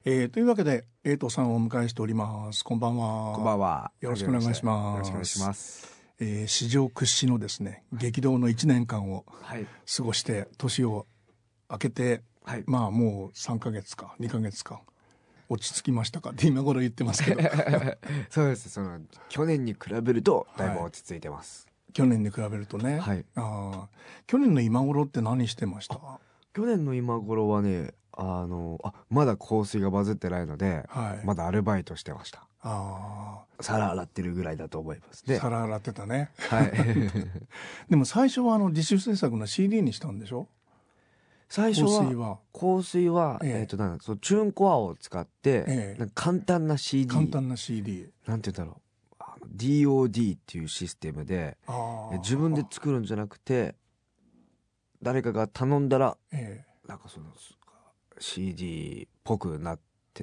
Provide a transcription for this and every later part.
というわけで栄斗さんをお迎えしております。こんばんは。 こんばんは。 よろしくお願いします。 よろしくお願いします。 史上屈指のですね、激動の1年間をはい過ごして年を明けて、 はい、 まあもう3ヶ月か2ヶ月か落ち着きましたかって今頃言ってますけどそうです。去年に比べるとだいぶ落ち着いてます。 去年に比べるとね、 はい、 去年の今頃って何してました？ 去年の今頃はね、まだ香水がバズってないので、 はい、 まだアルバイトしてました。皿洗ってるぐらいだと思いますね。 皿洗ってたね。 はいでも最初は自主制作の CD にしたんでしょ？ 最初は香水は、チューンコアを使って、なんか簡単な CD、 簡単な CD なんて言うんだろう、DOD っていうシステムで自分で作るんじゃなくて誰かが頼んだら、なんかCD っぽくなって、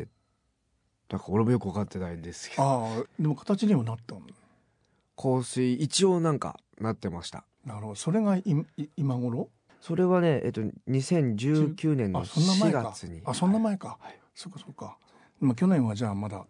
なんか俺もよく分かってないんですけど、 でも形にはなったの？ 香水一応なんかなってました。 なるほど。それが今頃？ それはね、2019年の4月に。 そんな前か。はい、そうかそうか。去年はじゃあまだ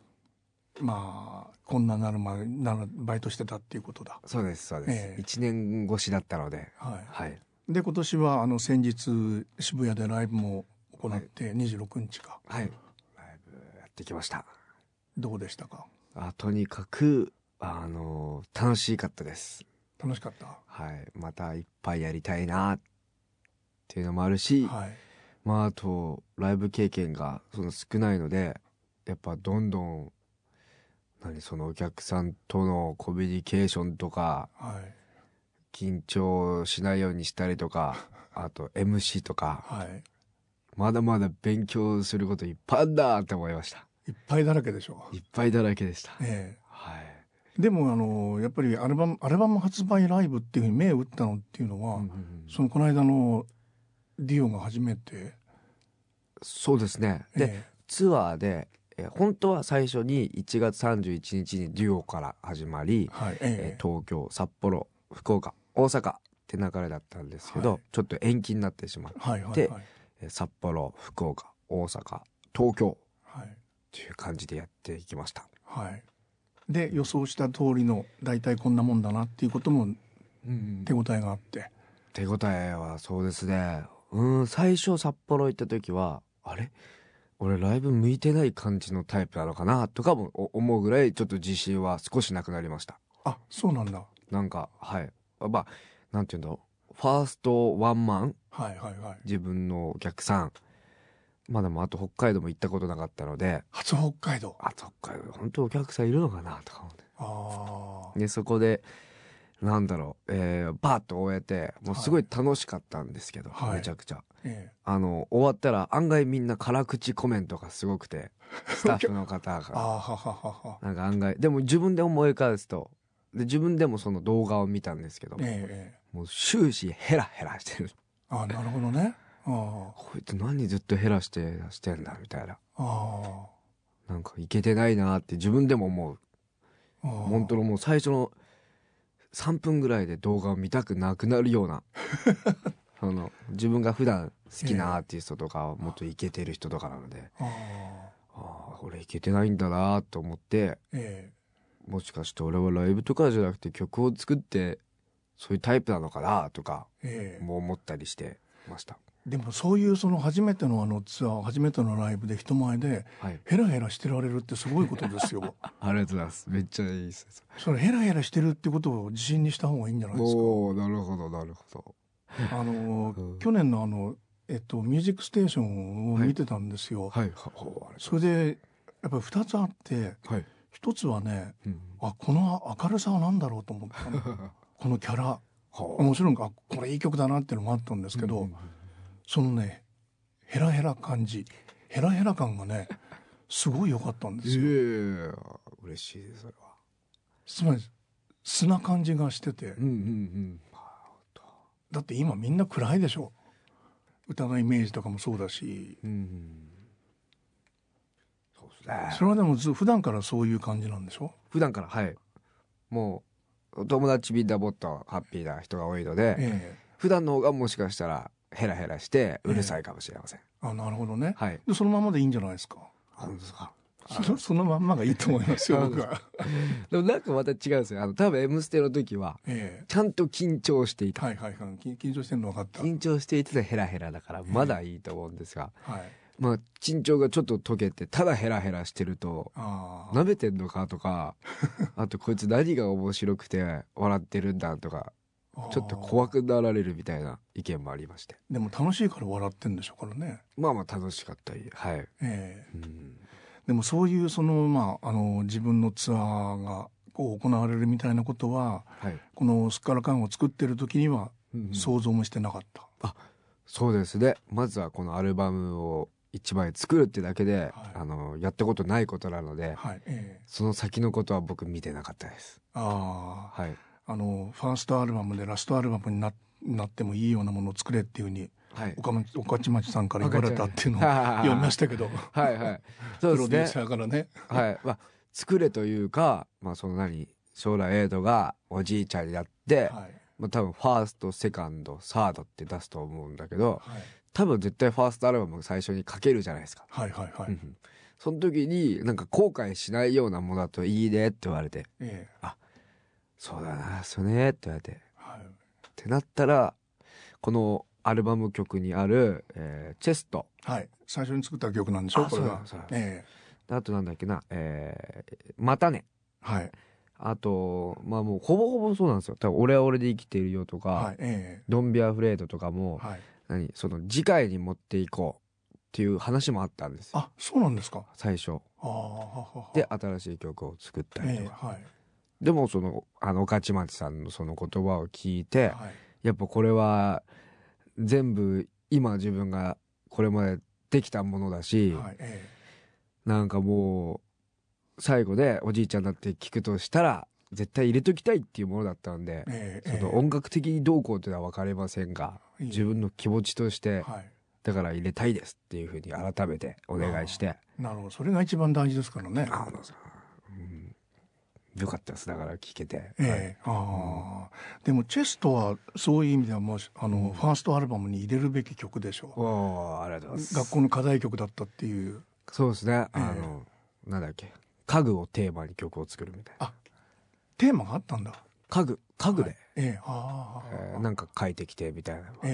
こんななるバイトしてたっていうことだ。 そうですそうです、1年越しだったので、 はいはい、 で今年は先日渋谷でライブも行って、26日か、 はい、ライブやってきました。 どうでしたか？ とにかく楽しかったです。 楽しかった。 はい、またいっぱいやりたいなっていうのもあるし、 はい、 あとライブ経験が少ないので、やっぱどんどんお客さんとのコミュニケーションとか、 はい、 緊張しないようにしたりとかあと MC とか、 はい、 まだまだ勉強することいっぱいあんだって思いました。 いっぱいだらけでしょ？ いっぱいだらけでした。 はい。 でもやっぱりアルバム発売ライブっていうふうに目を打ったのっていうのは、この間のディオが初めて。 そうですね。で、ツアーで、本当は最初に1月31日にデュオから始まり、東京、札幌、福岡、大阪って流れだったんですけど、ちょっと延期になってしまって、札幌、福岡、大阪、東京っていう感じでやっていきました。はい。 で予想した通りの大体こんなもんだなっていうことも手応えがあって、 手応えはそうですね。最初札幌行った時は俺ライブ向いてない感じのタイプなのかなとかも思うぐらい、ちょっと自信は少しなくなりました。 そうなんだ。 なんかなんていうんだろう、ファーストワンマン、自分のお客さん、でもあと北海道も行ったことなかったので、 初北海道本当お客さんいるのかなとか思って、でそこでバーッと終えて、もうすごい楽しかったんですけど、めちゃくちゃ、終わったら案外みんな辛口コメントがすごくて、スタッフの方がなんか案外でも自分で思い返すと、で自分でもその動画を見たんですけど、もう終始ヘラヘラしてる。 なるほどね。 こいつ何ずっとヘラしてんだみたいな、なんかいけてないなって自分でも思う。本当のもう最初の3分ぐらいで動画を見たくなくなるような自分が普段好きなアーティストとか、もっとイケてる人とかなので、俺イケてないんだなと思って、もしかして俺はライブとかじゃなくて曲を作ってそういうタイプなのかなとかも思ったりしてました。 でもそういう初めてのツアー、初めてのライブで人前でヘラヘラしてられるってすごいことですよ。 ありがとうございます。めっちゃいいです。 それヘラヘラしてるってことを自信にした方がいいんじゃないですか。 なるほどなるほど。去年のミュージックステーションを見てたんですよ。それでやっぱり2つあって、1つはね、この明るさは何だろうと思ったの。このキャラ、もちろんこれいい曲だなっていうのもあったんですけど、そのねヘラヘラ感がねすごい良かったんですよ。 嬉しいです。それはつまり素な感じがしてて、だって今みんな暗いでしょ、歌のイメージとかもそうだし、 そうですね。 それはでも普段からそういう感じなんでしょ？ 普段からもうお友達みんなもっとハッピーな人が多いので、普段の方がもしかしたらヘラヘラしてうるさいかもしれません。 あ、なるほどね。 はい。 でそのままでいいんじゃないですか。 本当ですか。 そのまんまがいいと思いますよ僕は。 でもなんかまた違うんですよ。多分 M ステの時はちゃんと緊張していた。 はいはいはい。緊張してるの分かった。 緊張していてヘラヘラだからまだいいと思うんですが、 はい。 まあ緊張がちょっと解けてただヘラヘラしてると舐めてんのかとかあとこいつ何が面白くて笑ってるんだとかちょっと怖くなられるみたいな意見もありまして。 でも楽しいから笑ってんでしょうからね。 まあまあ楽しかったり。はい。 でもそういう自分のツアーがこう行われるみたいなことは、はい、このすっからかんを作ってる時には想像もしてなかった。 あ、そうですね。まずはこのアルバムを一枚作るってだけで、はい、やったことないことなので、はい、その先のことは僕見てなかったです。 ああ、はい。ファーストアルバムでラストアルバムになってもいいようなものを作れっていうふうに、はい、岡地町さんから言われたっていうのを読みましたけどはいはいそうですね、プロデューサーからねはい、まあ、作れというか、まあ、将来エイドがおじいちゃんになって、はい、まあ、多分ファーストセカンドサードって出すと思うんだけど、はい、多分絶対ファーストアルバム最初にかけるじゃないですか。はいはいはい、その時になんか後悔しないようなものだといいねって言われて、あ、そうだなそうねって言われて、はい、ってなったらこのアルバム曲にある、チェスト、 はい、最初に作った曲なんでしょこれが。 あとなんだっけな、またね、はい、あとまあもうほぼほぼそうなんですよ。多分俺は俺で生きているよとか、はい、ドンビアフレードとかも、はい、次回に持っていこうっていう話もあったんですよ。 あ、そうなんですか。 最初で新しい曲を作ったりとか、はい、でも御徒町さんのその言葉を聞いて、はい、やっぱこれは全部今自分がこれまでできたものだし、はい、なんかもう最後でおじいちゃんだって聞くとしたら絶対入れときたいっていうものだったんで、音楽的にどうこうっていうのは分かりませんが、自分の気持ちとして、はい、だから入れたいですっていうふうに改めてお願いして。 なるほど、それが一番大事ですからね。 よかったです。だから聞けて。 でもチェストはそういう意味ではもうファーストアルバムに入れるべき曲でしょう。 ありがとうございます。 学校の課題曲だったっていう。 そうですね。なんだっけ、家具をテーマに曲を作るみたいな。 あ、テーマがあったんだ。 家具で、なんか書いてきてみたいなのがあって、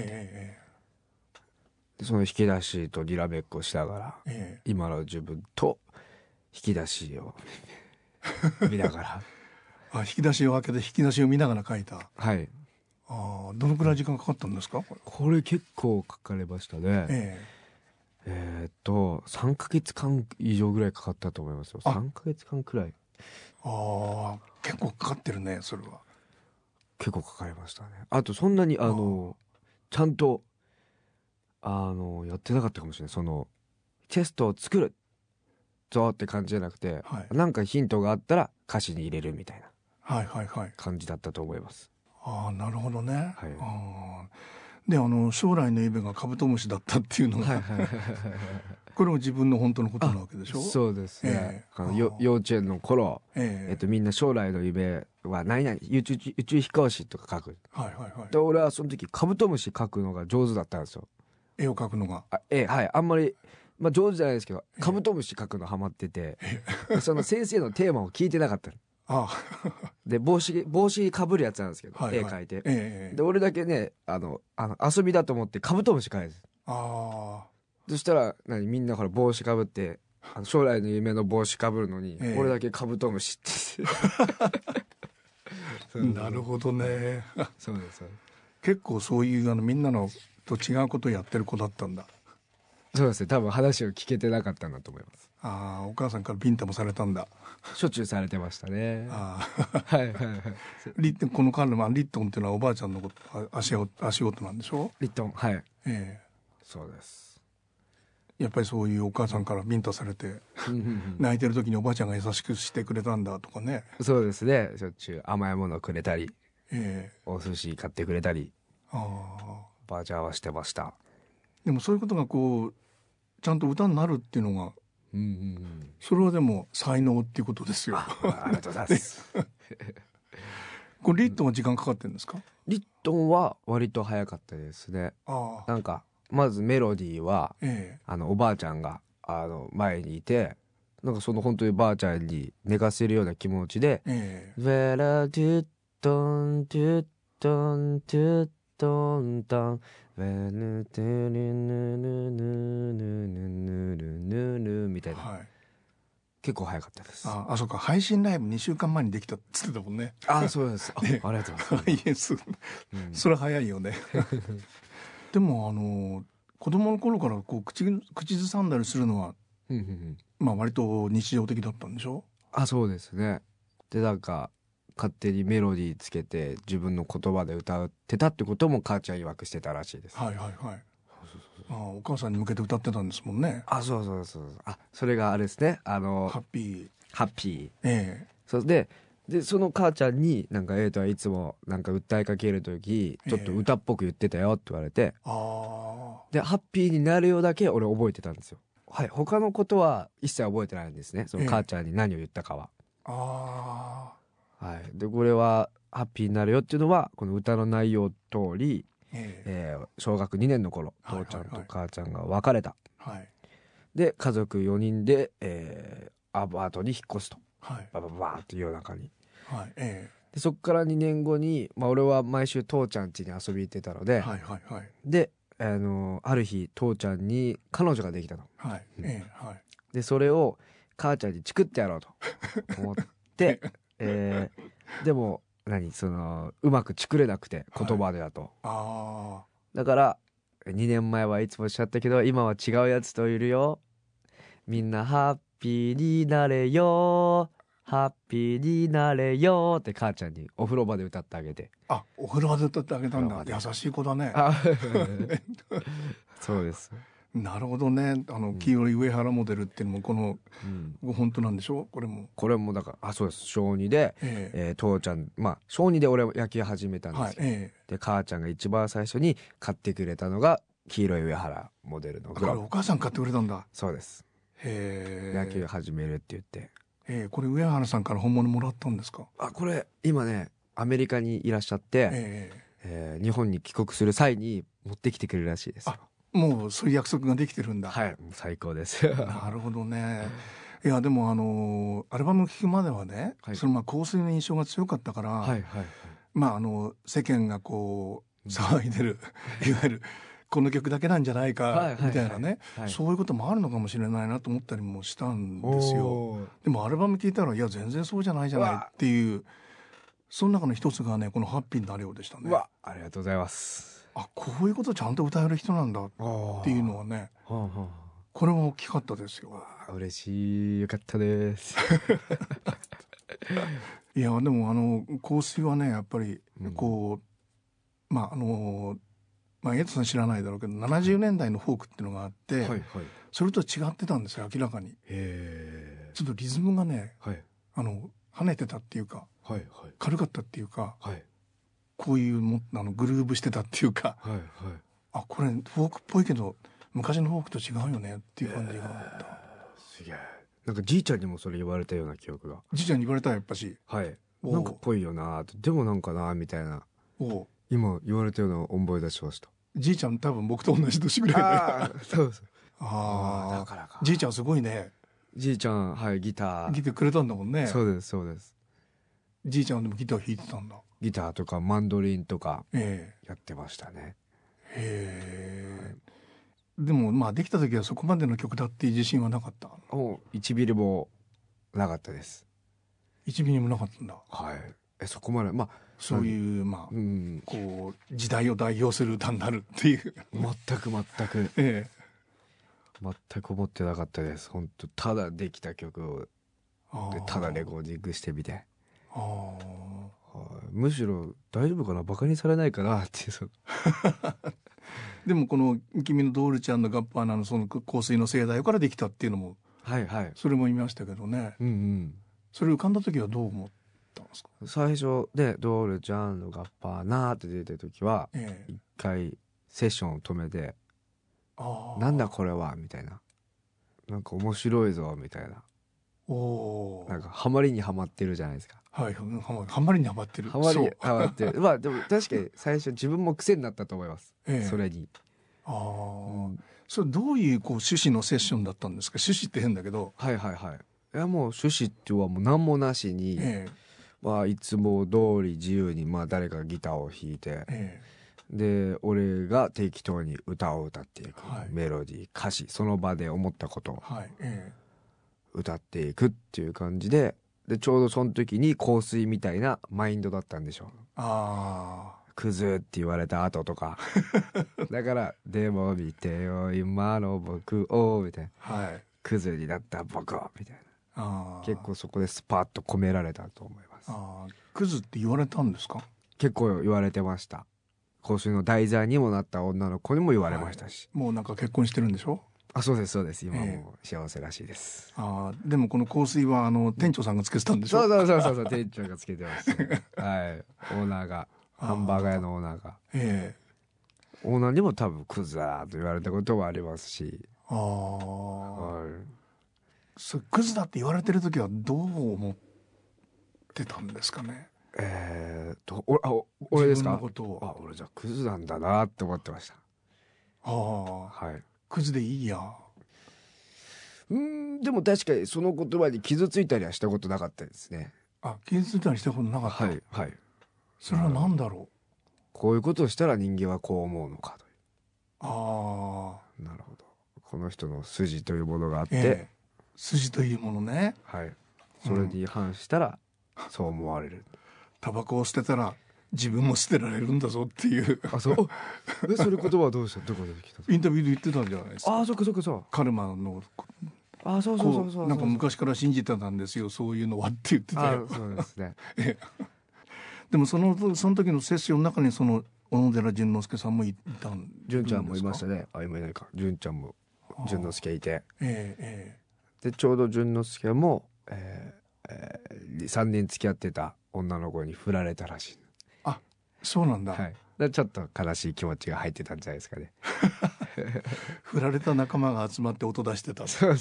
その引き出しとにらめっこしながら、今の自分と引き出しを見ながら引き出しを開けて引き出しを見ながら書いた。はい。どのくらい時間かかったんですか。 これ結構かかりましたね。3ヶ月間以上ぐらいかかったと思いますよ。3ヶ月間くらい。 結構かかってるね。それは結構かかりましたね。あとそんなにちゃんとやってなかったかもしれない。チェストを作るぞって感じじゃなくて、はい、なんかヒントがあったら歌詞に入れるみたいな感じだったと思います。 なるほどね。はい、で将来の夢がカブトムシだったっていうのがこれも自分の本当のことなわけでしょ。 そうですね。幼稚園の頃、みんな将来の夢は何々宇宙飛行士とか書く。で俺はその時カブトムシ書くのが上手だったんですよ。 絵を描くのが。 はい、あんまりまあ上手じゃないですけど、カブトムシ描くのハマってて、その先生のテーマを聞いてなかったの。で帽子かぶるやつなんですけど、絵描いて、で俺だけね遊びだと思ってカブトムシ描いて、そしたらみんなほら帽子かぶって将来の夢の帽子かぶるのに、俺だけカブトムシってなるほどね。 そうです。 結構そういうみんなのと違うことをやってる子だったんだ。 そうですね。多分話を聞けてなかったんだと思います。 お母さんからビンタもされたんだ。 しょっちゅうされてましたね。はいはいはい。 このカルマンリットンっていうのはおばあちゃんの足音なんでしょ。 リットン、はい。そうです。 やっぱりそういうお母さんからビンタされて泣いてる時におばあちゃんが優しくしてくれたんだとかね。 そうですね。しょっちゅう甘いものをくれたり、お寿司買ってくれたり、ばあちゃんはしてました。 でもそういうことがちゃんと歌になるっていうのが、それはでも才能っていうことですよ。 ありがとうございます。 これリットンは時間かかってるんですか？ リットンは割と早かったですね。なんかまずメロディーは、おばあちゃんが前にいて、なんかその本当にばあちゃんに寝かせるような気持ちで「ヴェラドゥットンドゥットンドゥットンタンヴェヌトゥルヌヌヌヌヌヌヌヌ」みたいな、はい、結構早かったです。 そうか、配信ライブ2週間前にできたっつってたもんね。 そうです。ありがとうございます。 それは早いよね。でも子供の頃からこう口ずさんだりするのはまあ割と日常的だったんでしょ？ そうですね。でなんか勝手にメロディーつけて自分の言葉で歌ってたってことも母ちゃん曰くしてたらしいです。 はいはいはい。お母さんに向けて歌ってたんですもんね。 そうそうそう。それがあれですね。ハッピー。そうでその母ちゃんになんかはいつもなんか訴えかける時ちょっと歌っぽく言ってたよって言われて、でハッピーになるようだけ俺覚えてたんですよ。はい、他のことは一切覚えてないんですね。その母ちゃんに何を言ったかは。はい。でこれはハッピーになるよっていうのはこの歌の内容通り、小学2年の頃父ちゃんと母ちゃんが別れた。で家族4人で、アパートに引っ越すと。バババーって夜中に。でそっから2年後に、俺は毎週父ちゃん家に遊び行ってたので、である日父ちゃんに彼女ができたの。でそれを母ちゃんにチクってやろうと思って、でもうまくチクれなくて言葉でだと、だから2年前はいつもおっしゃったけど今は違うやつといるよ、みんなハッピーになれよハッピーになれよって母ちゃんにお風呂場で歌ってあげて。 お風呂場で歌ってあげたんだ。優しい子だね。 そうです。 なるほどね。黄色い上原モデルっていうのもこの、本当なんでしょう。これもだからそうです。小2で、父ちゃん小2で俺は野球始めたんですよ。で母ちゃんが一番最初に買ってくれたのが黄色い上原モデルのグローブ。 お母さん買ってくれたんだ。 そうです。野球始めるって言って。 これ上原さんから本物もらったんですか？ これ今ねアメリカにいらっしゃって、日本に帰国する際に持ってきてくれるらしいですよ。 もうそういう約束ができてるんだ。 はい、もう最高です。 なるほどね。いやでもアルバム聴くまではね、その香水の印象が強かったから、世間がこう騒いでるいわゆるこの曲だけなんじゃないかみたいなね、そういうこともあるのかもしれないなと思ったりもしたんですよ。でもアルバム聴いたらいや全然そうじゃないじゃないっていう、その中の一つがねこのハッピーになれようでしたね。 ありがとうございます。 こういうことちゃんと歌える人なんだっていうのはね、これは大きかったですよ。 嬉しい、よかったです。 いやでも香水はねやっぱりこう、エイトさん知らないだろうけど70年代のフォークっていうのがあって、それと違ってたんですよ明らかに。ちょっとリズムがね、跳ねてたっていうか、軽かったっていうか、こういうグルーブしてたっていうか、これフォークっぽいけど昔のフォークと違うよねっていう感じがあった。 すげえ。なんかじいちゃんにもそれ言われたような記憶が。 じいちゃんに言われたやっぱし。 なんかっぽいよなって、でもなんかなみたいな。今言われたような思い出しました。 じいちゃん多分僕と同じ年ぐらいで。 そうそう。 だからか。じいちゃんすごいね。 じいちゃんギターギターくれたんだもんね。 そうですそうです。 じいちゃんでもギター弾いてたんだ。 ギターとかマンドリンとかやってましたね。 でもできた時はそこまでの曲だっていう自信はなかった。 1ミリもなかったです。 1ミリもなかったんだ。 そこまでそういうこう時代を代表する歌になるっていう。 全く全く思ってなかったです。本当ただできた曲をただレコーディングしてみて。むしろ大丈夫かな、バカにされないかなっていう。 でもこの君のドールちゃんのガッパーナのその香水の盛大からできたっていうのも、それも言いましたけどね。それ浮かんだ時はどう思ったんですか？ 最初でドールちゃんのガッパーナって出てる時は一回セッションを止めて、なんだこれはみたいな、なんか面白いぞみたいな、なんかハマりにはまってるじゃないですか。 はい、ハマりにハマってる。 ハマってる。まあでも確かに最初自分も癖になったと思います。それに。 それどういう趣旨のセッションだったんですか？趣旨って変だけど。 はいはいはい。いやもう趣旨っていうのはもう何もなしに、まあいつも通り自由に誰かがギターを弾いて、で俺が適当に歌を歌っていく、メロディー歌詞その場で思ったことを歌っていくっていう感じで、ちょうどその時に香水みたいなマインドだったんでしょう。クズって言われた後とかだからでも見てよ今の僕をみたいな、クズになった僕をみたいな、結構そこでスパッと込められたと思います。 クズって言われたんですか？ 結構言われてました。香水の題材にもなった女の子にも言われましたし、 もうなんか結婚してるんでしょ？ そうですそうです。今も幸せらしいです。 でもこの香水は店長さんがつけてたんでしょ？ そう店長がつけてます。はい。オーナーが、ハンバーガー屋のオーナーが、オーナーにも多分クズだと言われたこともありますし。 クズだって言われてる時はどう思ってたんですかね？ 俺ですか？ 自分のことを俺じゃクズなんだなって思ってました。 クズでいいや。 でも確かにその言葉に傷ついたりはしたことなかったですね。 傷ついたりしたことなかった。 はい。 それは何だろう。 こういうことをしたら人間はこう思うのかという。なるほど。この人の筋というものがあって、 筋というものね。 それに反したらそう思われる。 タバコを捨てたら自分も捨てられるんだぞっていう。 それ言葉はどうした？どこで来た？ インタビューで言ってたんじゃないですか。 そっか。 カルマの。 そう。 なんか昔から信じてたんですよ、そういうのはって言ってたよ。 そうですね。 でもその時のセッションの中に小野寺淳之介さんもいたんですか？ 淳ちゃんもいましたね。今いないか。淳ちゃんも淳之介いて。でちょうど淳之介も、3年付き合ってた女の子に振られたらしい。 そうなんだ。 ちょっと悲しい気持ちが入ってたんじゃないですかね。 振られた仲間が集まって音出してた。 そう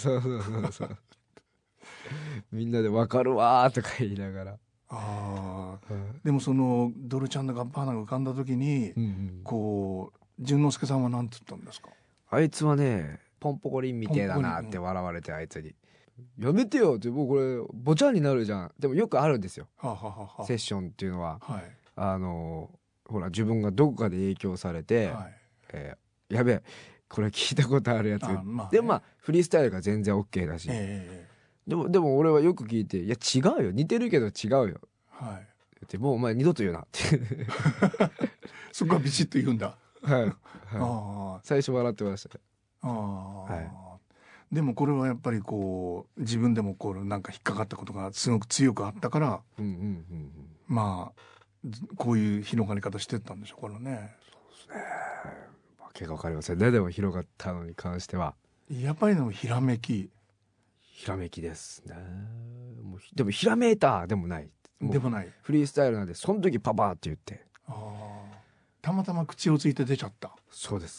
みんなで分かるわとか言いながら。 でもそのドルチャンのガッバーナが浮かんだ時に、淳之介さんは何て言ったんですか？ あいつはね、ポンポコリンみてえだなって笑われて、あいつにやめてよって、もうこれボチャンになるじゃん。でもよくあるんですよ、セッションっていうのは。ほら自分がどこかで影響されて、やべえこれ聞いたことあるやつで、フリースタイルが全然 OK だし、でも俺はよく聞いて、いや違うよ、似てるけど違うよってもうお前二度と言うなってそこはビシッと言うんだ。 最初笑ってましたね。でもこれはやっぱり自分でもなんか引っかかったことがすごく強くあったから、こういう広がり方してったんでしょうからね。 そうですね。わけが分かりませんね。でも広がったのに関してはやっぱりでもひらめきですね。でもひらめいたでもない。フリースタイルなんで、その時パパって言って、 たまたま口をついて出ちゃった。 そうです。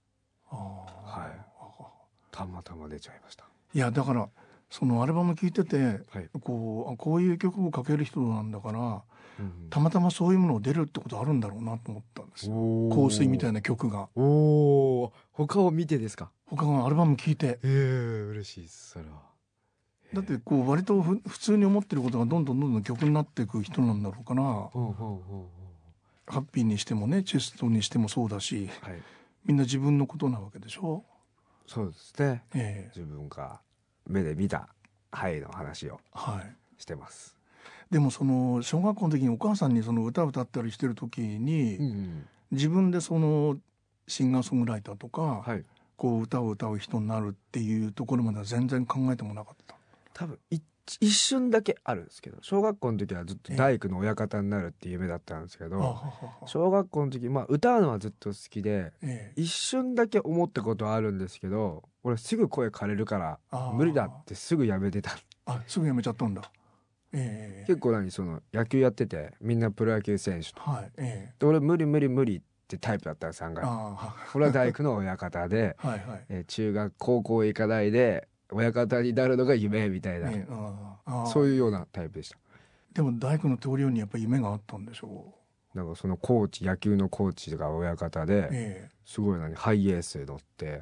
たまたま出ちゃいました。 いやだからそのアルバム聴いてて、こういう曲を書ける人なんだから、たまたまそういうものを出るってことあるんだろうなと思ったんですよ。香水みたいな曲が。 他を見てですか？ 他のアルバム聴いて。 嬉しいです。それはだって割と普通に思ってることがどんどん曲になっていく人なんだろうかな。ハッピーにしてもね、チェストにしてもそうだし、みんな自分のことなわけでしょ。 そうですね。自分が目で見た愛の話をしてます。 でもその小学校の時にお母さんにその歌を歌ったりしてる時に、自分でそのシンガーソングライターとか、歌を歌う人になるっていうところまでは全然考えてもなかった。 多分一瞬だけあるんですけど、小学校の時はずっと大工の親方になるっていう夢だったんですけど、小学校の時歌うのはずっと好きで、一瞬だけ思ったことはあるんですけど、俺すぐ声枯れるから無理だってすぐやめてた。 すぐやめちゃったんだ。 結構その野球やってて、みんなプロ野球選手と、で俺無理ってタイプだったんです。俺は大工の親方で中学高校行かないで親方になるのが夢みたいな、そういうようなタイプでした。 でも大工の登竜にやっぱり夢があったんでしょう。なんかそのコーチ、野球のコーチが親方で、すごいハイエースに乗って、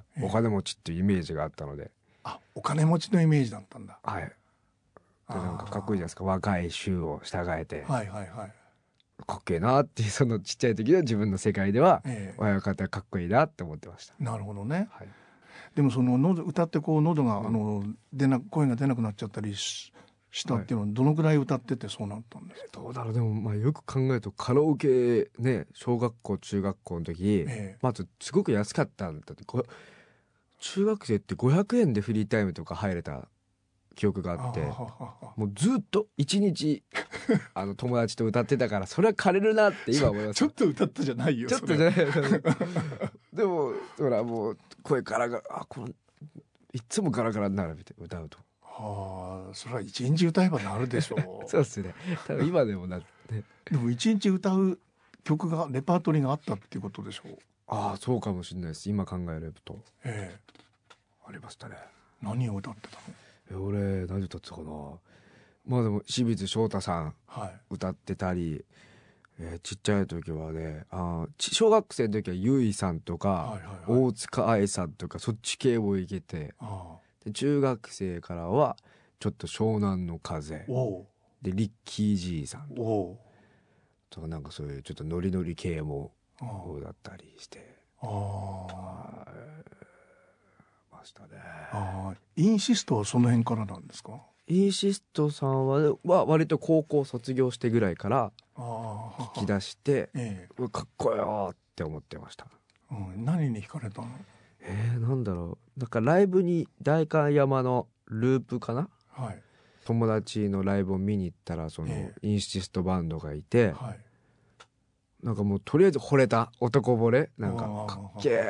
お金持ちっていうイメージがあったので。 お金持ちのイメージだったんだ。 はい。でなんかかっこいいじゃないですか、若い衆を従えて。 はいはいはい。 かっこいいなっていう、そのちっちゃい時の自分の世界では、親方かっこいいなって思ってました。 なるほどね。はい、でもその歌ってこう喉が、声が出なくなっちゃったりしたっていうのはどのぐらい歌っててそうなったんですか？ どうだろう。でもよく考えるとカラオケね、小学校中学校の時、まずすごく安かったんだって。中学生って500円でフリータイムとか入れた記憶があって、もうずっと一日友達と歌ってたから、それは枯れるなって今思います。 ちょっと歌ったじゃないよ。 ちょっとじゃないでもほら、もう声ガラガラ、いつもガラガラになるみたいな、歌うと。 それは一日歌えばなるでしょう。 そうですね。多分今でもなるね。 でも一日歌う曲がレパートリーがあったっていうことでしょう。 そうかもしれないです。今考えると。ありましたね。 何を歌ってたの？ 俺何歌ってたかな。まあでも清水翔太さん歌ってたり、ちっちゃい時はね、小学生の時はゆいさんとか、大塚愛さんとかそっち系をいけて、で中学生からはちょっと湘南の風でリッキー G さんとか、なんかそういうちょっとノリノリ系もだったりしてましたね。 インシストはその辺からなんですか？ インシストさんは割と高校卒業してぐらいから聞き出して、かっこよって思ってました。 何に惹かれたの？ なんだろう。なんかライブに代官山のループかな、友達のライブを見に行ったら、そのインシストバンドがいて、なんかもうとりあえず惚れた、男惚れ、なんかかっけ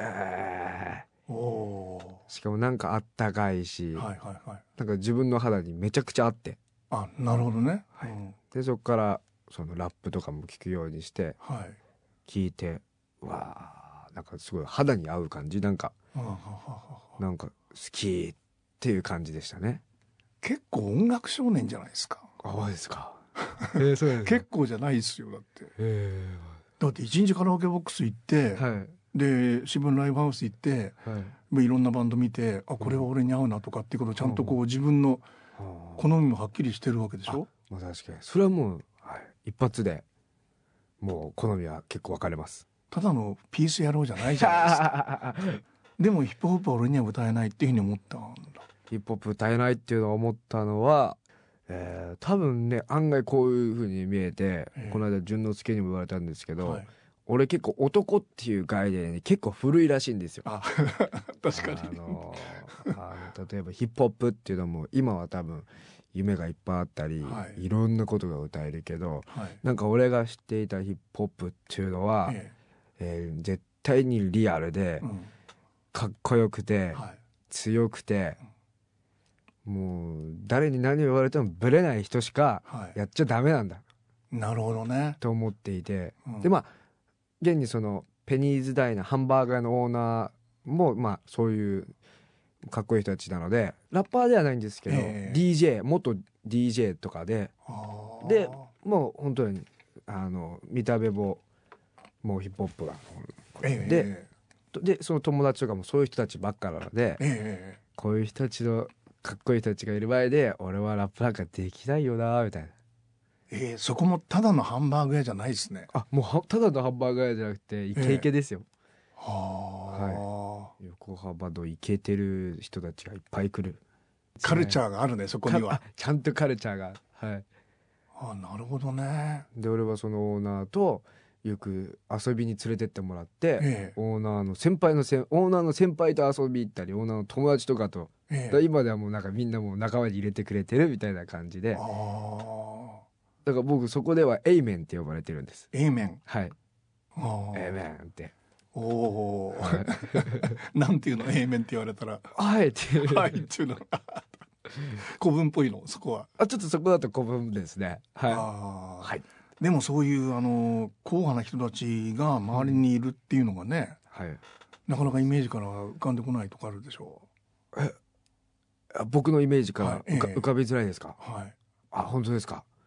ー、しかもなんかあったかいし、なんか自分の肌にめちゃくちゃ合って、 なるほどね。 でそこからそのラップとかも聞くようにして聞いて、なんかすごい肌に合う感じ、なんか好きっていう感じでしたね。 結構音楽少年じゃないですか。 ですか。そうですね。 結構じゃないですよ。だってだって一日カラオケボックス行って、で渋谷ライブハウス行って、いろんなバンド見て、これは俺に合うなとかっていうことをちゃんとこう自分の好みもはっきりしてるわけでしょ。 確かにそれはもう、一発でもう好みは結構分かれます。 ただのピース野郎じゃないじゃないですか。でもヒップホップは俺には歌えないっていうふうに思ったんだ。 ヒップホップ歌えないっていうのを思ったのは、多分ね、案外こういうふうに見えて、この間淳之介にも言われたんですけど、俺結構男っていう概念に結構古いらしいんですよ。 確かに。 例えばヒップホップっていうのも今は多分夢がいっぱいあったり、いろんなことが歌えるけど、なんか俺が知っていたヒップホップっていうのは、絶対にリアルで、かっこよくて、強くて、もう誰に何を言われてもブレない人しかやっちゃダメなんだ、 なるほどねと思っていて、で現にそのペニーズダイナー、ハンバーガーのオーナーもそういうかっこいい人たちなので、ラッパーではないんですけど、DJ 元 DJ とかでもう本当に見た目ももうヒップホップが、でその友達とかもそういう人たちばっかなので、こういう人たちのかっこいい人たちがいる前で俺はラップなんかできないよなみたいな。 そこもただのハンバーグ屋じゃないですね。 もうただのハンバーガー屋じゃなくてイケイケですよ。横浜のイケてる人たちがいっぱい来る。 カルチャーがあるね、そこには。 ちゃんとカルチャーが。 なるほどね。 で俺はそのオーナーとよく遊びに連れてってもらって、オーナーの先輩と遊び行ったり、オーナーの友達とかと、今ではもうなんかみんなもう仲間に入れてくれてるみたいな感じで、だから僕そこではエイメンって呼ばれてるんです。 エイメン。 エイメンって。 なんていうの、エイメンって言われたら。 っていう。 っていうの。古文っぽいの、そこは。 ちょっとそこだと古文ですね。 でもそういう硬派な人たちが周りにいるっていうのがね、なかなかイメージから浮かんでこないとこあるでしょう。 僕のイメージから浮かびづらいですか？本当ですか？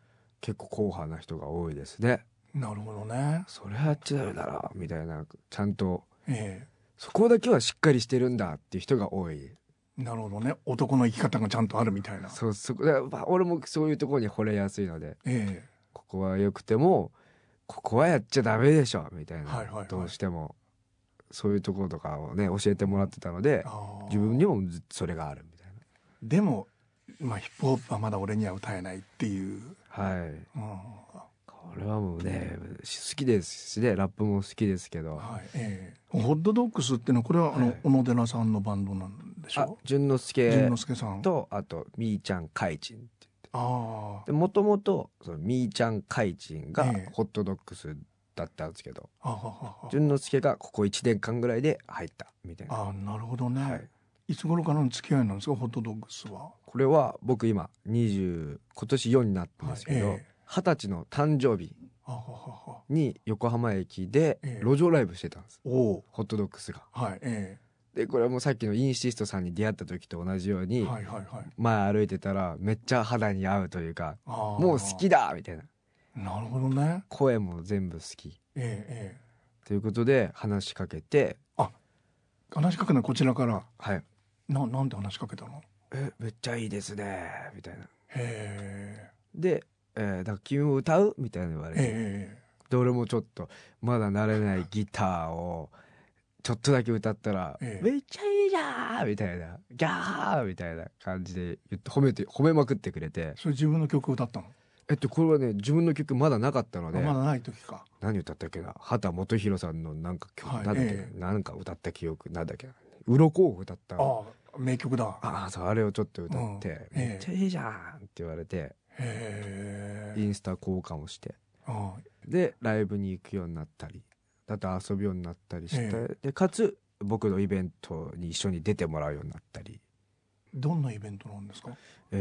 結構硬派な人が多いですね。 なるほどね。 それやっちゃダメだろみたいな、ちゃんと、そこだけはしっかりしてるんだっていう人が多い。 なるほどね。男の生き方がちゃんとあるみたいな。 そう、俺もそういうところに惚れやすいので、ここは良くてもここはやっちゃダメでしょみたいな、どうしてもそういうところとかをね教えてもらってたので、自分にもそれがあるみたいな。 でもまあヒップホップはまだ俺には歌えないっていう。 はい、これはもうね好きですしね、ラップも好きですけど、 ホットドッグスっていうのはこれは小野寺さんのバンドなんでしょう。 淳之介さんとあとみーちゃんかいちんって言って、もともとみーちゃんかいちんがホットドッグスだったんですけど、淳之介がここ1年間ぐらいで入ったみたいな。 なるほどね。いつ頃からの付き合いなんですか、ホットドッグスは。 これは僕今今年4になったんですけど、20歳の誕生日に横浜駅で路上ライブしてたんです、ホットドッグスが。でこれはもうさっきのインシストさんに出会った時と同じように、前歩いてたらめっちゃ肌に合うというか、もう好きだみたいな。 なるほどね。 声も全部好き、ということで話しかけて。 話しかけたのこちらから。 なんて話しかけたの。 めっちゃいいですねみたいな。で、だから君も歌うみたいな言われて、で俺もちょっとまだ慣れないギターをちょっとだけ歌ったら、めっちゃいいじゃんみたいな、ギャーみたいな感じで言って褒めまくってくれて。 それ自分の曲歌ったの？ これはね自分の曲まだなかったので。 まだない時か。 何歌ったっけな、畑基博さんのなんか曲、なんだっけ、なんか歌った記憶なんだっけな、鱗を歌った。 名曲だ。 そう、あれをちょっと歌って、めっちゃいいじゃんって言われて、インスタ交換をして、でライブに行くようになったり、あと遊ぶようになったりして、でかつ僕のイベントに一緒に出てもらうようになったり。 どんなイベントなんですか？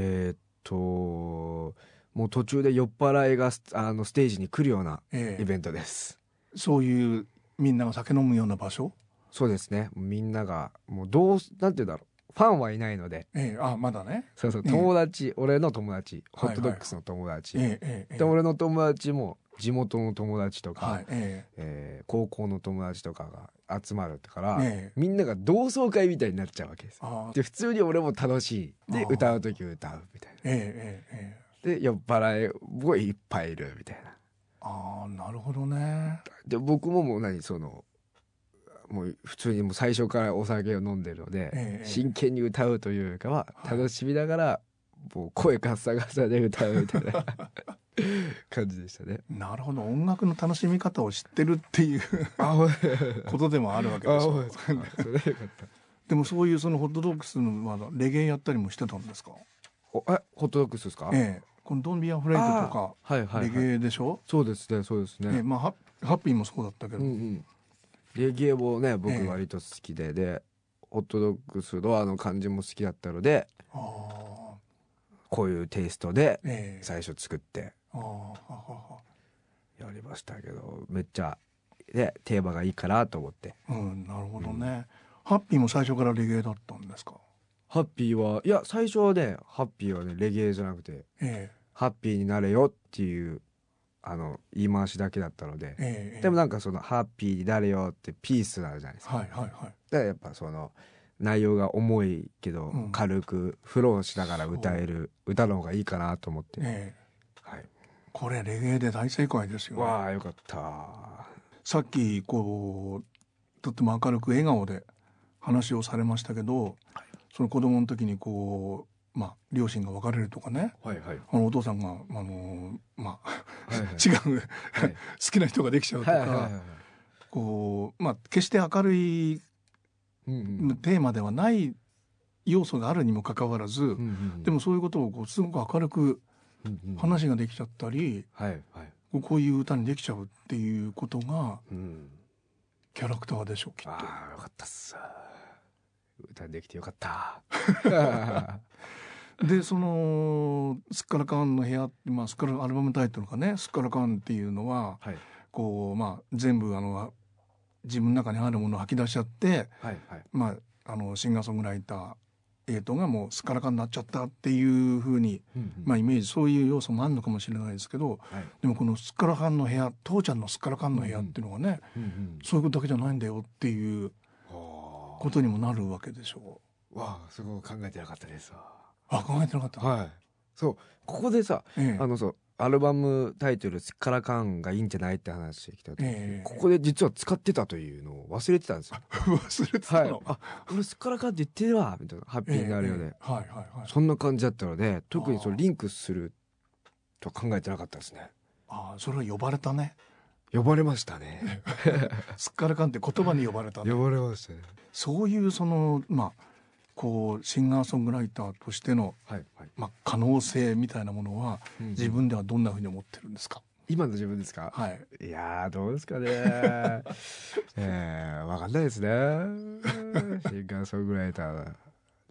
もう途中で酔っ払いがステージに来るようなイベントです。 そういうみんなが酒飲むような場所？ そうですね。みんながもうなんて言うんだろう、ファンはいないので、 まだね。 そうそう、友達、俺の友達、ホットドッグスの友達、で俺の友達も地元の友達とか、高校の友達とかが集まるから、みんなが同窓会みたいになっちゃうわけです。で普通に俺も楽しいで、歌う時歌うみたいな、で酔っ払いもいっぱいいるみたいな。 なるほどね。 で僕ももうもう普通にもう最初からお酒を飲んでるので、真剣に歌うというかは楽しみながら、もう声ガッサガサで歌うみたいな感じでしたね。 なるほど、音楽の楽しみ方を知ってるっていうことでもあるわけですよ。でもそういうそのホットドッグスのレゲエやったりもしてたんですか？ ホットドッグスですか？ このドンビアフレイドとかレゲエでしょ？ そうですね、そうですね。 ハッピーもそうだったけど、 レゲエもね僕割と好きで、でホットドッグスの感じも好きだったので、こういうテイストで最初作ってやりましたけど、めっちゃテーマがいいかなと思って。 なるほどね。ハッピーも最初からレゲエだったんですか？ ハッピーはいや最初はね、ハッピーはねレゲエじゃなくて、ハッピーになれよっていう言い回しだけだったので、でもなんかそのハッピーになれよってピースなるじゃないですか。だからやっぱその内容が重いけど軽くフローしながら歌える歌の方がいいかなと思って、 これレゲエで大正解ですよね。 わあよかった。 さっきとっても明るく笑顔で話をされましたけど、その子供の時に両親が別れるとかね、お父さんが違う好きな人ができちゃうとか、決して明るいテーマではない要素があるにもかかわらず、でもそういうことをすごく明るく話ができちゃったり、こういう歌にできちゃうっていうことがキャラクターでしょう、きっと。 よかったっす。歌できてよかったでそのスッカラカンの部屋、スカラアルバムタイトルがね、スッカラカンっていうのは、全部自分の中にあるものを吐き出しちゃって、シンガーソングライターがもうすっからかになっちゃったっていうふうに、まあイメージ、そういう要素もあるのかもしれないですけど、でもこのすっからかんの部屋、父ちゃんのすっからかんの部屋っていうのがね、そういうことだけじゃないんだよっていうことにもなるわけでしょう。わあ、すごい考えてなかったですわ。 あ、考えてなかった。 はい。そう、ここでさ、そうアルバムタイトル「すっからかん」がいいんじゃないって話してきた時、ここで実は使ってたというのを忘れてたんですよ。 忘れてたの、 あ、俺すっからかんって言ってるわみたいな、ハッピーになるよね、そんな感じだったので、特にそれリンクするとは考えてなかったですね。 ああ、それは呼ばれたね。 呼ばれましたね。 すっからかんって言葉に呼ばれた、ね、 呼ばれましたね。 そういうそのまあこうシンガーソングライターとしての、まあ、可能性みたいなものは、自分ではどんなふうに思ってるんですか？ 今の自分ですか？ はい。 いやー、どうですかね。わかんないですね。シンガーソングライター、はい、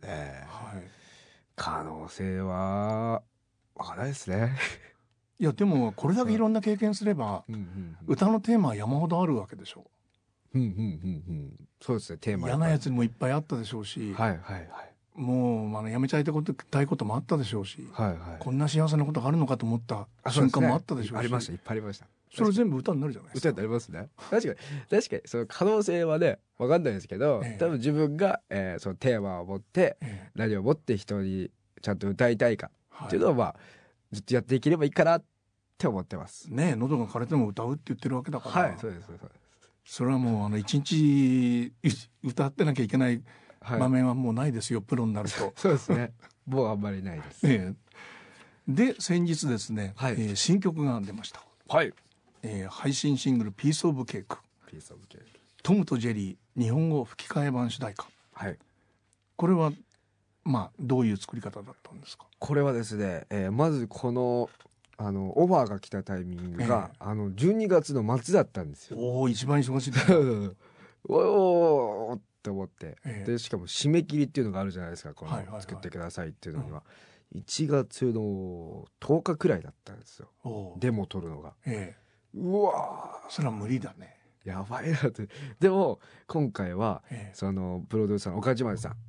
可能性はわかんないですね。 いやでもこれだけいろんな経験すれば、歌のテーマは山ほどあるわけでしょう。 そうですね。テーマ嫌なやつにもいっぱいあったでしょうし、もうやめちゃいたいこともあったでしょうし、こんな幸せなことがあるのかと思った瞬間もあったでしょうし、 ありました、いっぱいありました。 それ全部歌になるじゃないですか。 歌になりますね。確かにその可能性はね分かんないですけど、多分自分が、そのテーマを持って、何を持って人にちゃんと歌いたいかっていうのを、まあずっとやっていければいいかなって思ってますね。喉が枯れても歌うって言ってるわけだから、 そうです。 それはもう一日歌ってなきゃいけない場面はもうないですよ、プロになると。 そうですね。もうあんまりないです。 で先日ですね、新曲が出ました。配信シングル「ピースオブケーク」トムとジェリー日本語吹き替え版主題歌。これはまあどういう作り方だったんですか？ これはですね、まずこのオファーが来たタイミングが、12月の末だったんですよ。 おお、一番忙しいですおーって思って、でしかも締め切りっていうのがあるじゃないですか、この作ってくださいっていうのには、1月の10日くらいだったんですよ、デモ撮るのが。うわそれは無理だね、 やばいなって。でも今回は、そのプロデューサーの岡島さん、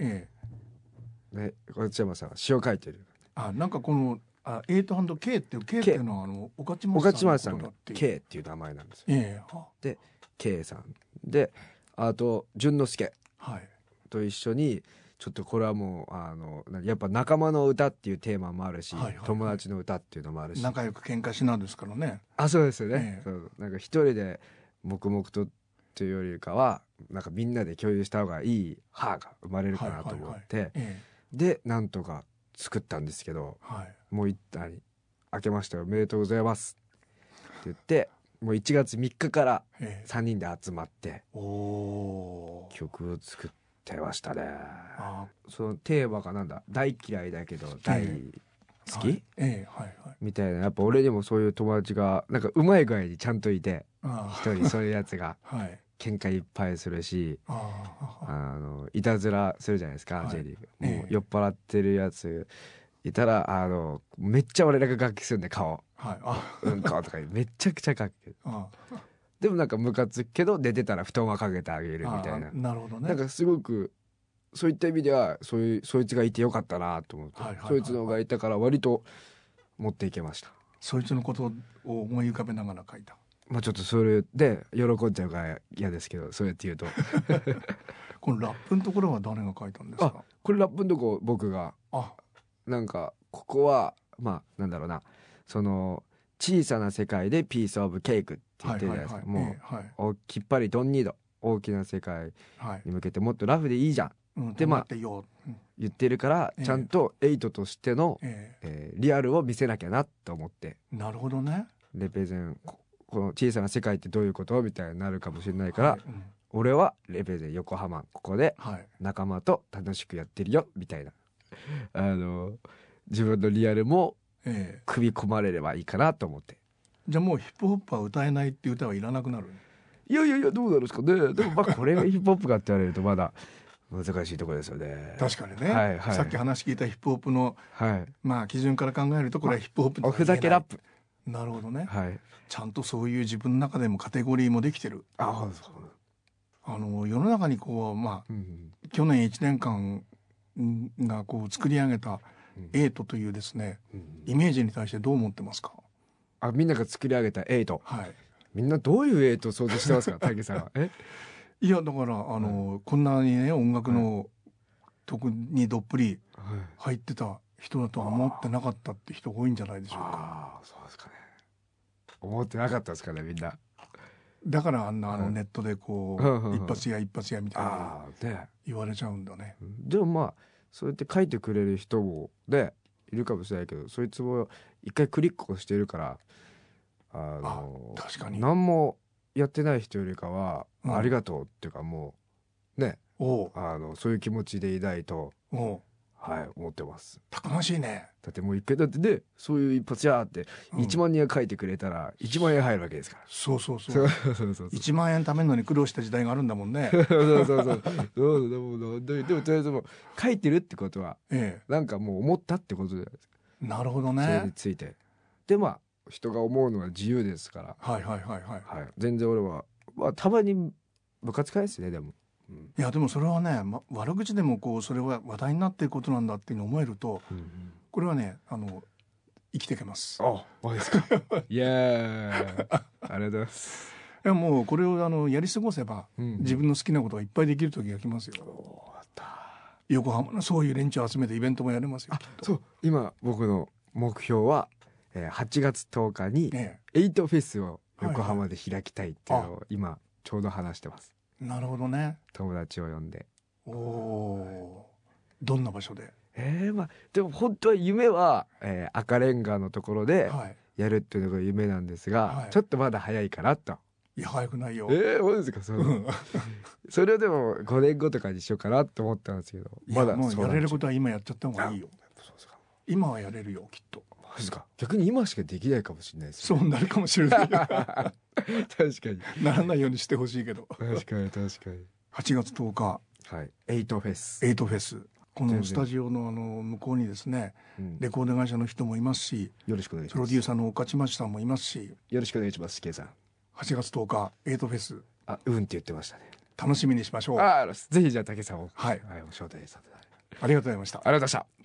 岡島さんは詩を書いてる。 なんかこの8&K っていう K っていうのは岡島さんが K っていう名前なんですよ。で K さんで、あと淳之介と一緒に、ちょっとこれはもうやっぱ仲間の歌っていうテーマもあるし、友達の歌っていうのもあるし、 仲良く喧嘩しなですからね。 そうですよね。そうなんか一人で黙々とっていうよりかは、なんかみんなで共有した方がいい歯が生まれるかなと思って、でなんとか作ったんですけど、もう一旦明けましておめでとうございますって言って、もう1月3日から3人で集まって曲を作ってましたね。そのテーマがなんだ、大嫌いだけど大好き、みたいな。やっぱ俺にもそういう友達がなんかうまい具合にちゃんといて、一人そういうやつが喧嘩いっぱいするし、いたずらするじゃないですか、Jリーグ。もう酔っ払ってるやついたらめっちゃ俺らが楽器するんで、顔顔とかめちゃくちゃ楽器でもなんかムカつくけど、寝てたら布団はかけてあげるみたいな。 なるほどね。 なんかすごくそういった意味ではそいつがいてよかったなと思って、そいつのがいたから割と持っていけました。 そいつのことを思い浮かべながら書いた。 まあちょっとそれで喜んじゃうから嫌ですけど、そうやって言うとこのラップのところは誰が書いたんですか？ これラップのとこ僕が。なんかここはまあなんだろうな、その小さな世界でピースオブケークって言ってるじゃないですか。もうきっぱりドンニード、大きな世界に向けてもっとラフでいいじゃん、でまあ言ってるから、ちゃんとエイトとしてのリアルを見せなきゃなと思って。 なるほどね。 レペゼン、この小さな世界ってどういうことみたいになるかもしれないから、俺はレペゼン横浜ここで仲間と楽しくやってるよみたいな、自分のリアルも組み込まれればいいかなと思って。 じゃあもうヒップホップは歌えないっていう歌はいらなくなる？ いやどうなんですかね。でもまあこれがヒップホップかって言われるとまだ難しいところですよね。 確かにね、さっき話聞いたヒップホップの、まあ基準から考えるとこれはヒップホップおふざけラップ。 なるほどね、ちゃんとそういう自分の中でもカテゴリーもできてる。世の中にこうまあ、去年1年間がこう作り上げたエイトというですね、イメージに対してどう思ってますか？ みんなが作り上げたエイト、 はい、 みんなどういうエイトを想像してますか武さんは。 いやだからこんなにね音楽の特にどっぷり入ってた人だとは思ってなかったって人多いんじゃないでしょうか。 そうですかね。思ってなかったですかねみんな。 だからネットでこう一発屋一発屋みたいな言われちゃうんだね。 でもまあそうやって書いてくれる人もねいるかもしれないけど、そいつも一回クリックをしているから確かに何もやってない人よりかは、ありがとうっていうかもうねそういう気持ちでいないと思ってます。 たくましいね。 だってもう一回だってねそういう一発やって1万人が書いてくれたら1万円入るわけですから。 そう1万円貯めるのに苦労した時代があるんだもんね。 そうでもとりあえずもう書いてるってことは、なんかもう思ったってことじゃないですか。 なるほどね。 それについてでまあ人が思うのは自由ですから。全然俺はたまにムカつかないですねでも。 いやでもそれはね、悪口でもこうそれは話題になっていることなんだっていうのを思えると、これはね生きていけます。 マジですか。いやありがとうございます。 いやもうこれをやり過ごせば、自分の好きなことがいっぱいできる時が来ますよ。横浜のそういう連中を集めてイベントもやれますよ。 そう今僕の目標は8月10日にエイトフェスを横浜で開きたいっていうのを今ちょうど話してます。 なるほどね。 友達を呼んで。 どんな場所で？ でも本当は夢は、赤レンガのところでやるっていうのが夢なんですが、ちょっとまだ早いかなと。 いや早くないよ。 そうですか。それをでも5年後とかにしようかなと思ったんですけど、 まだもうやれることは今やっちゃった方がいいよ。今はやれるよきっと。 マジか。逆に今しかできないかもしれないですね。そうなるかもしれない。 確かに。 ならないようにしてほしいけど。 確かに。8 月10日。 エイトフェス。 エイトフェス。このスタジオの向こうにですね、レコード会社の人もいますし、 よろしくお願いします。 プロデューサーの岡地町さんもいますし、 よろしくお願いします。K さん。 8月10日エイトフェス。 って言ってましたね。 楽しみにしましょう。 ぜひじゃあ武さんをお招待させて。 ありがとうございました。 ありがとうございました。